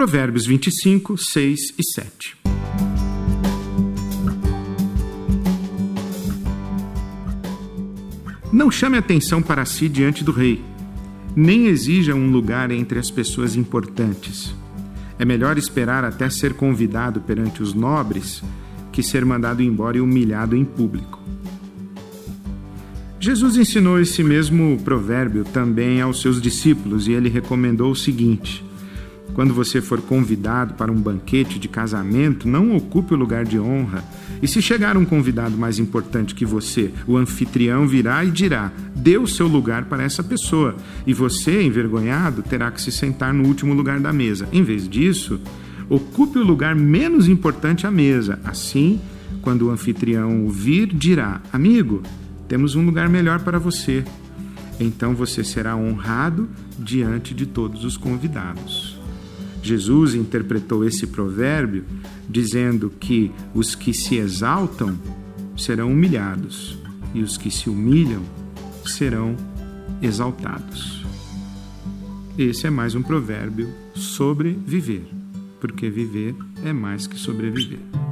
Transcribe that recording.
Provérbios 25, 6 e 7. Não chame atenção para si diante do rei, nem exija um lugar entre as pessoas importantes. É melhor esperar até ser convidado perante os nobres que ser mandado embora e humilhado em público. Jesus ensinou esse mesmo provérbio também aos seus discípulos e ele recomendou o seguinte: quando você for convidado para um banquete de casamento, não ocupe o lugar de honra. E se chegar um convidado mais importante que você, o anfitrião virá e dirá: dê o seu lugar para essa pessoa. E você, envergonhado, terá que se sentar no último lugar da mesa. Em vez disso, ocupe o lugar menos importante à mesa. Assim, quando o anfitrião o vir, dirá: amigo, temos um lugar melhor para você. Então você será honrado diante de todos os convidados. Jesus interpretou esse provérbio dizendo que os que se exaltam serão humilhados e os que se humilham serão exaltados. Esse é mais um provérbio sobre viver, porque viver é mais que sobreviver.